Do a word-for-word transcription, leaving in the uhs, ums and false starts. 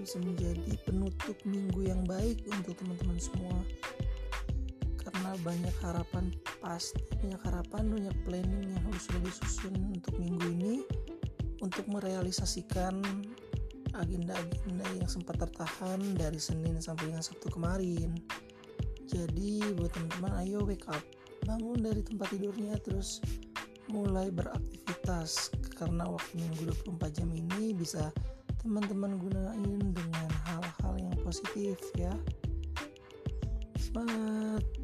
bisa menjadi penutup minggu yang baik untuk teman-teman semua. Karena banyak harapan, pasti banyak harapan, banyak planning yang harus sudah disusun untuk minggu ini untuk merealisasikan agenda-agenda yang sempat tertahan dari Senin sampai dengan Sabtu kemarin. Jadi buat teman-teman, ayo wake up, bangun dari tempat tidurnya, terus mulai beraktivitas, karena waktu minggu dua puluh empat jam ini bisa teman-teman gunain dengan hal-hal yang positif ya. Semangat.